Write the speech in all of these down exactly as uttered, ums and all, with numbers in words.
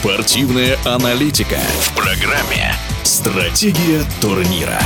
Спортивная аналитика в программе «Стратегия турнира».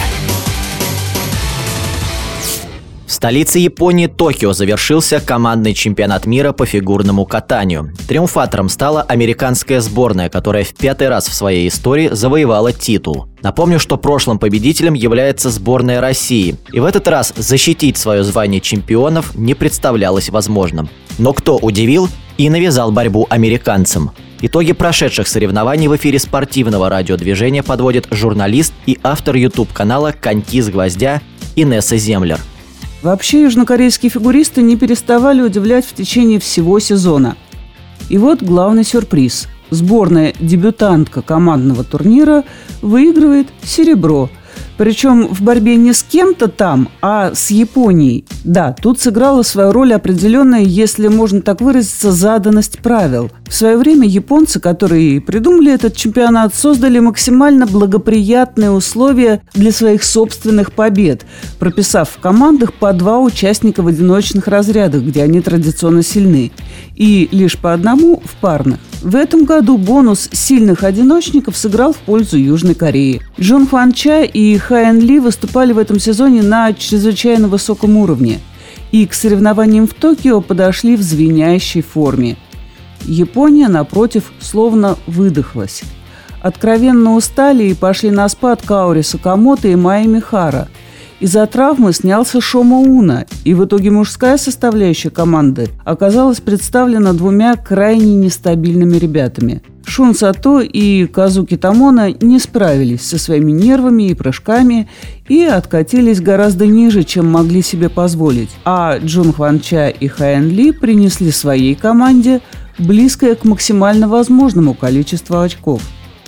В столице Японии Токио завершился командный чемпионат мира по фигурному катанию. Триумфатором стала американская сборная, которая в пятый раз в своей истории завоевала титул. Напомню, что прошлым победителем является сборная России, и в этот раз защитить свое звание чемпионов не представлялось возможным. Но кто удивил и навязал борьбу американцам? Итоги прошедших соревнований в эфире спортивного радиодвижения подводит журналист и автор YouTube-канала «Коньки с гвоздя» Инесса Землер. Вообще, южнокорейские фигуристы не переставали удивлять в течение всего сезона. И вот главный сюрприз. Сборная дебютантка командного турнира выигрывает серебро. Причем в борьбе не с кем-то там, а с Японией. Да, тут сыграла свою роль определенная, если можно так выразиться, заданность правил. В свое время японцы, которые придумали этот чемпионат, создали максимально благоприятные условия для своих собственных побед, прописав в командах по два участника в одиночных разрядах, где они традиционно сильны, и лишь по одному в парных. В этом году бонус сильных одиночников сыграл в пользу Южной Кореи. Джун Хван Ча и Хаен Ли выступали в этом сезоне на чрезвычайно высоком уровне и к соревнованиям в Токио подошли в звенящей форме. Япония, напротив, словно выдохлась. Откровенно устали и пошли на спад Каори Сакамото и Майя Михара. Из-за травмы снялся Шома Уна, и в итоге мужская составляющая команды оказалась представлена двумя крайне нестабильными ребятами. Шун Сато и Казуки Тамона не справились со своими нервами и прыжками и откатились гораздо ниже, чем могли себе позволить. А Джун Хван Ча и Хаен Ли принесли своей команде близкое к максимально возможному количеству очков.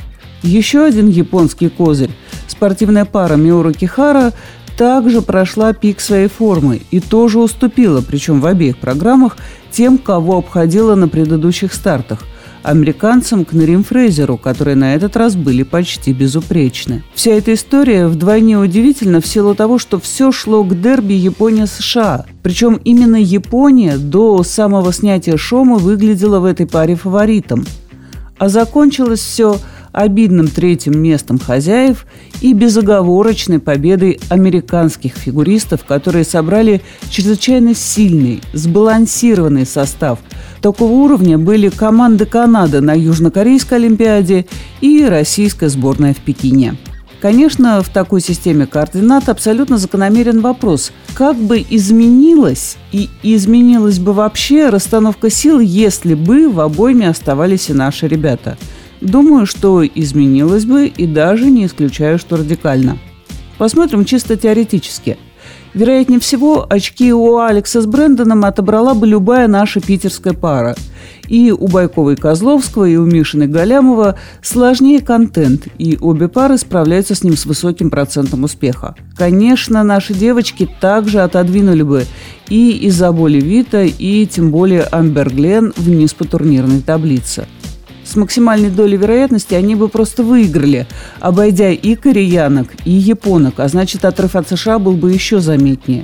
Еще один японский козырь – спортивная пара Миура Кихара – также прошла пик своей формы и тоже уступила, причем в обеих программах, тем, кого обходила на предыдущих стартах – американцам Кнерим Фрейзеру, которые на этот раз были почти безупречны. Вся эта история вдвойне удивительна в силу того, что все шло к дерби Япония-США. Причем именно Япония до самого снятия Шомы выглядела в этой паре фаворитом. А закончилось все обидным третьим местом хозяев и безоговорочной победой американских фигуристов, которые собрали чрезвычайно сильный, сбалансированный состав. Такого уровня были команды Канады на Южнокорейской Олимпиаде и российская сборная в Пекине. Конечно, в такой системе координат абсолютно закономерен вопрос, как бы изменилась и изменилась бы вообще расстановка сил, если бы в обойме оставались и наши ребята. Думаю, что изменилось бы, и даже не исключаю, что радикально. Посмотрим чисто теоретически. Вероятнее всего, очки у Алекса с Брэндоном отобрала бы любая наша питерская пара. И у Байкова и Козловского, и у Мишина и Галямова сложнее контент, и обе пары справляются с ним с высоким процентом успеха. Конечно, наши девочки также отодвинули бы и Изабель Вита, и тем более Амбер Глен вниз по турнирной таблице. С максимальной долей вероятности они бы просто выиграли, обойдя и кореянок, и японок, а значит, отрыв от США был бы еще заметнее.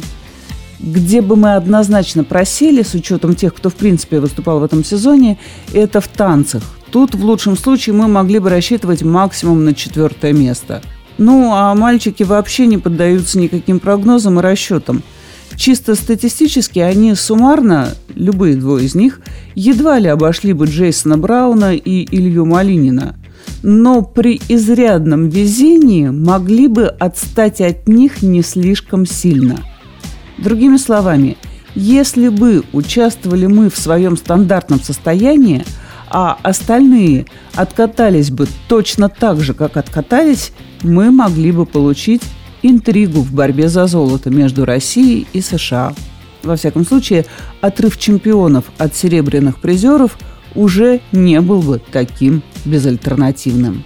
Где бы мы однозначно просели, с учетом тех, кто в принципе выступал в этом сезоне, это в танцах. Тут в лучшем случае мы могли бы рассчитывать максимум на четвертое место. Ну, а мальчики вообще не поддаются никаким прогнозам и расчетам. Чисто статистически они суммарно, любые двое из них, едва ли обошли бы Джейсона Брауна и Илью Малинина. Но при изрядном везении могли бы отстать от них не слишком сильно. Другими словами, если бы участвовали мы в своем стандартном состоянии, а остальные откатались бы точно так же, как откатались, мы могли бы получить интригу в борьбе за золото между Россией и США. Во всяком случае, отрыв чемпионов от серебряных призеров уже не был бы таким безальтернативным.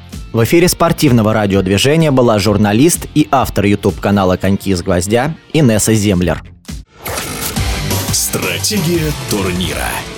В эфире спортивного радиодвижения была журналист и автор YouTube-канала «Коньки с гвоздя» Инесса Землер. Стратегия турнира.